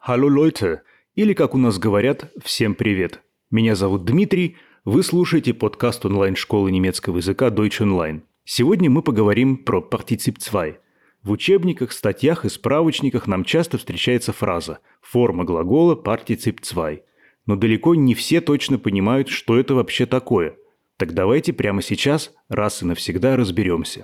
Hallo Leute, или, как у нас говорят, всем привет. Меня зовут Дмитрий, вы слушаете подкаст онлайн-школы немецкого языка Deutsch Online. Сегодня мы поговорим про Partizip 2. В учебниках, статьях и справочниках нам часто встречается фраза «форма глагола Partizip 2». Но далеко не все точно понимают, что это вообще такое. Так давайте прямо сейчас раз и навсегда разберемся.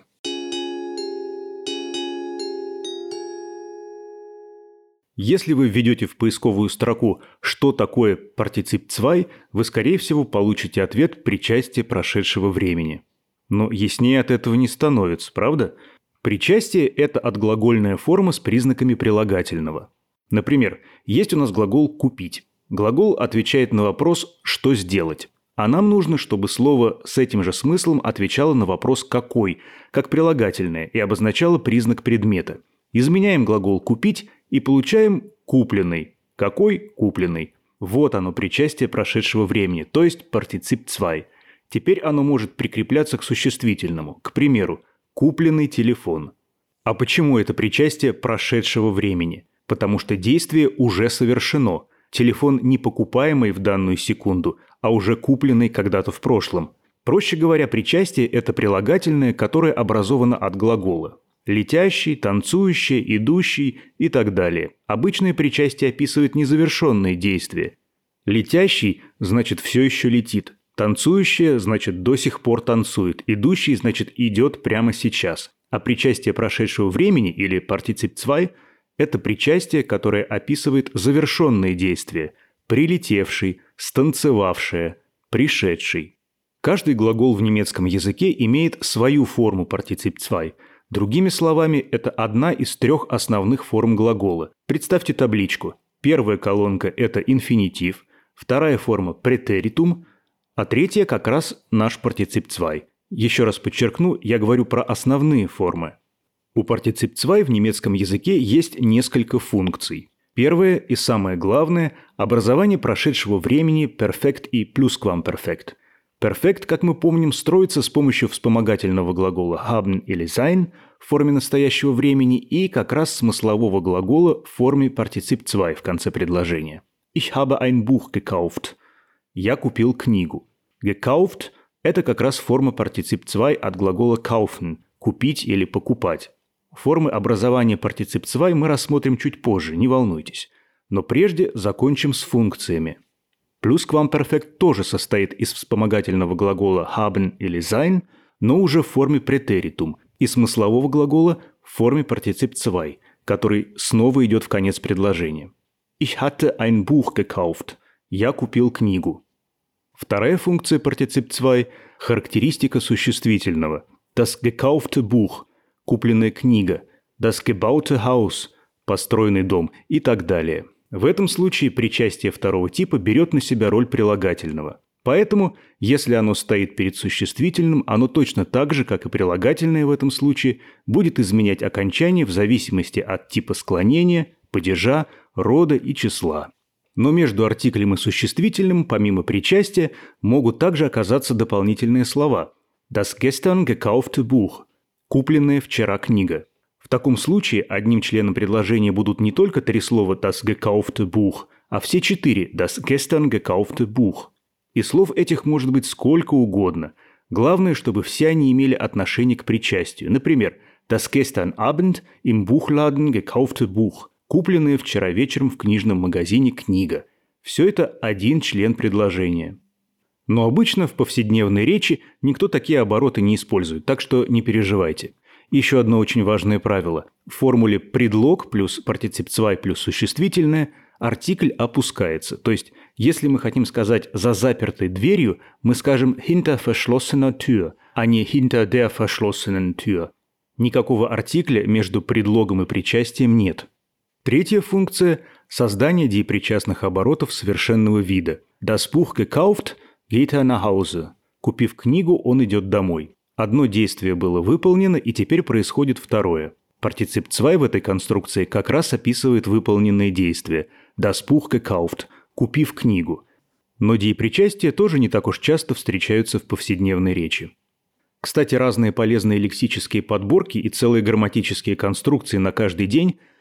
Если вы введете в поисковую строку «Что такое Partizip 2?», вы, скорее всего, получите ответ «Причастие прошедшего времени». Но яснее от этого не становится, правда? Причастие – это отглагольная форма с признаками прилагательного. Например, есть у нас глагол «купить». Глагол отвечает на вопрос «что сделать?», а нам нужно, чтобы слово с этим же смыслом отвечало на вопрос «какой?», как прилагательное и обозначало признак предмета. Изменяем глагол «купить» и получаем «купленный». Какой купленный? Вот оно, причастие прошедшего времени, то есть Partizip 2. Теперь оно может прикрепляться к существительному. К примеру, «купленный телефон». А почему это причастие прошедшего времени? Потому что действие уже совершено. Телефон не покупаемый в данную секунду, а уже купленный когда-то в прошлом. Проще говоря, причастие – это прилагательное, которое образовано от глагола. Летящий, танцующий, идущий и так далее. Обычное причастие описывает незавершенные действия. Летящий – значит все еще летит. Танцующее – значит до сих пор танцует. Идущий – значит идет прямо сейчас. А причастие прошедшего времени или Partizip 2 – это причастие, которое описывает завершенные действия. Прилетевший, станцевавшее, пришедший. Каждый глагол в немецком языке имеет свою форму Partizip 2. Другими словами, это одна из трех основных форм глагола. Представьте табличку. Первая колонка – это инфинитив, вторая форма – претеритум, а третья как раз наш Partizip 2. Еще раз подчеркну, я говорю про основные формы. У Partizip 2 в немецком языке есть несколько функций. Первое и самое главное – образование прошедшего времени Perfekt и Plusquamperfekt. Perfekt, как мы помним, строится с помощью вспомогательного глагола haben или sein в форме настоящего времени и как раз смыслового глагола в форме Partizip 2 в конце предложения. Ich habe ein Buch gekauft. Я купил книгу. Gekauft – это как раз форма Partizip 2 от глагола kaufen – купить или покупать. Формы образования Partizip 2 мы рассмотрим чуть позже, не волнуйтесь. Но прежде закончим с функциями. Plusquamperfekt тоже состоит из вспомогательного глагола haben или sein, но уже в форме претеритум, и смыслового глагола в форме Partizip 2, который снова идет в конец предложения. Ich hatte ein Buch gekauft. Я купил книгу. Вторая функция Partizip 2 – характеристика существительного. Das gekaufte Buch – купленная книга. Das gebaute Haus – построенный дом и так далее. В этом случае причастие второго типа берет на себя роль прилагательного. Поэтому, если оно стоит перед существительным, оно точно так же, как и прилагательное в этом случае, будет изменять окончание в зависимости от типа склонения, падежа, рода и числа. Но между артиклем и существительным, помимо причастия, могут также оказаться дополнительные слова. Das gestern gekaufte Buch – купленная вчера книга. В таком случае одним членом предложения будут не только три слова das gekaufte Buch, а все четыре das gestern gekaufte Buch. И слов этих может быть сколько угодно. Главное, чтобы все они имели отношение к причастию. Например, das gestern Abend im Buchladen gekaufte Buch – купленная вчера вечером в книжном магазине книга. Все это один член предложения. Но обычно в повседневной речи никто такие обороты не использует, так что не переживайте. Еще одно очень важное правило. В формуле предлог плюс Partizip 2 плюс существительное артикль опускается. То есть, если мы хотим сказать «за запертой дверью», мы скажем «hinter verschlossener Tür», а не «hinter der verschlossenen Tür». Никакого артикля между предлогом и причастием нет. Третья функция – создание деепричастных оборотов совершенного вида. Das Buch gekauft, geht nach Hause. Купив книгу, он идет домой. Одно действие было выполнено, и теперь происходит второе. Partizip 2 в этой конструкции как раз описывает выполненные действия. Das Buch gekauft – купив книгу. Но деепричастия тоже не так уж часто встречаются в повседневной речи. Кстати, разные полезные лексические подборки и целые грамматические конструкции на каждый день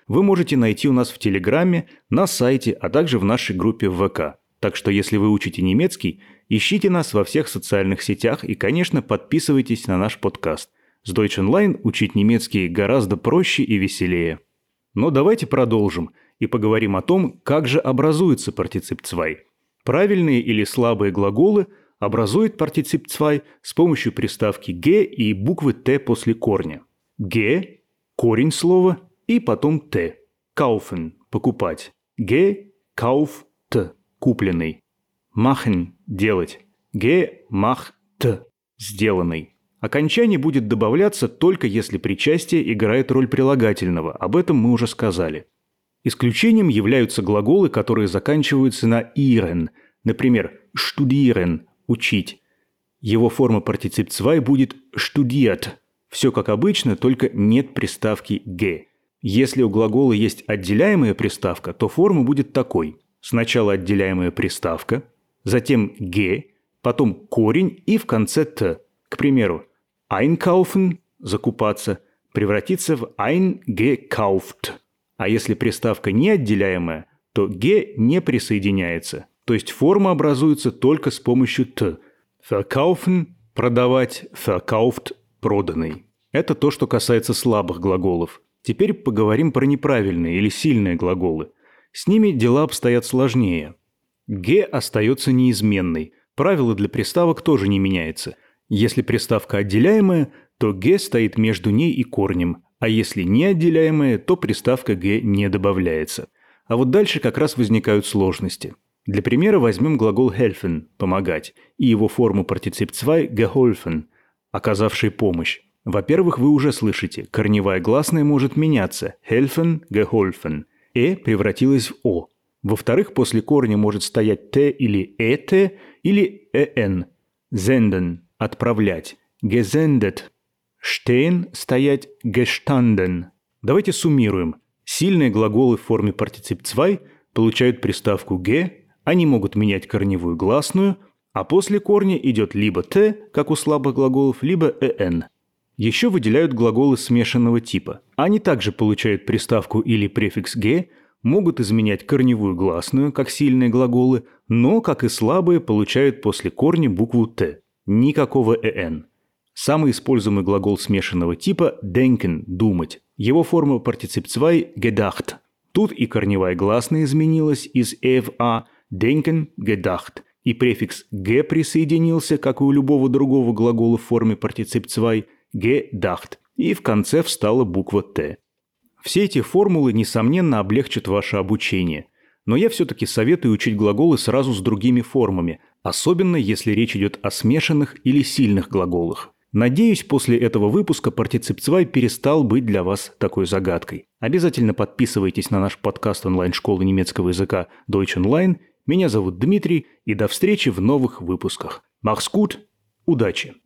вы можете найти у нас в Телеграме, на сайте, а также в нашей группе в ВК. Так что если вы учите немецкий, ищите нас во всех социальных сетях и, конечно, подписывайтесь на наш подкаст. С Deutsch Online учить немецкий гораздо проще и веселее. Но давайте продолжим и поговорим о том, как же образуется партицип zwei. Правильные или слабые глаголы образует партицип zwei с помощью приставки «г» и буквы «т» после корня. «Г» – корень слова и потом «т». «Kaufen» – покупать. «Г» – «kauft» – купленный. «Machen» – делать. «Г» – «macht» – сделанный. Окончание будет добавляться только если причастие играет роль прилагательного, об этом мы уже сказали. Исключением являются глаголы, которые заканчиваются на «iren», например, «studieren» – «учить». Его форма партицип zwei будет «studiert». Все как обычно, только нет приставки «г». Если у глагола есть отделяемая приставка, то форма будет такой. Сначала отделяемая приставка, затем «г», потом корень и в конце «т». К примеру, einkaufen – закупаться – превратится в eingekauft. А если приставка неотделяемая, то «г» не присоединяется. То есть форма образуется только с помощью «т». Verkaufen – продавать, verkauft – проданный. Это то, что касается слабых глаголов. Теперь поговорим про неправильные или сильные глаголы. С ними дела обстоят сложнее. «Г» остается неизменной. Правило для приставок тоже не меняется. Если приставка отделяемая, то «г» стоит между ней и корнем, а если неотделяемая, то приставка «г» не добавляется. А вот дальше как раз возникают сложности. Для примера возьмем глагол helfen – помогать, и его форму партицип zwei geholfen – оказавший помощь. Во-первых, вы уже слышите, корневая гласная может меняться – helfen, geholfen. Превратилась в «о». Во-вторых, после корня может стоять «т» или «эт» или «эн». Senden – отправлять. Gesendet. Stehen – стоять. Gestanden. Давайте суммируем. Сильные глаголы в форме партицип zwei получают приставку «г», они могут менять корневую гласную, а после корня идет либо «т», как у слабых глаголов, либо «эн». Еще выделяют глаголы смешанного типа. Они также получают приставку или префикс «г», могут изменять корневую гласную, как сильные глаголы, но, как и слабые, получают после корня букву «т». Никакого «эн». Самый используемый глагол смешанного типа denken – думать. Его форма партицип zwei gedacht. Тут и корневая гласная изменилась из «э» в «а» – denken – gedacht. И префикс «г» присоединился, как и у любого другого глагола в форме партицип zwei – gedacht. И в конце встала буква «т». Все эти формулы, несомненно, облегчат ваше обучение. Но я все-таки советую учить глаголы сразу с другими формами, особенно если речь идет о смешанных или сильных глаголах. Надеюсь, после этого выпуска партицип zwei перестал быть для вас такой загадкой. Обязательно подписывайтесь на наш подкаст онлайн-школы немецкого языка Deutsch Online. Меня зовут Дмитрий, и до встречи в новых выпусках. Mach's gut, удачи!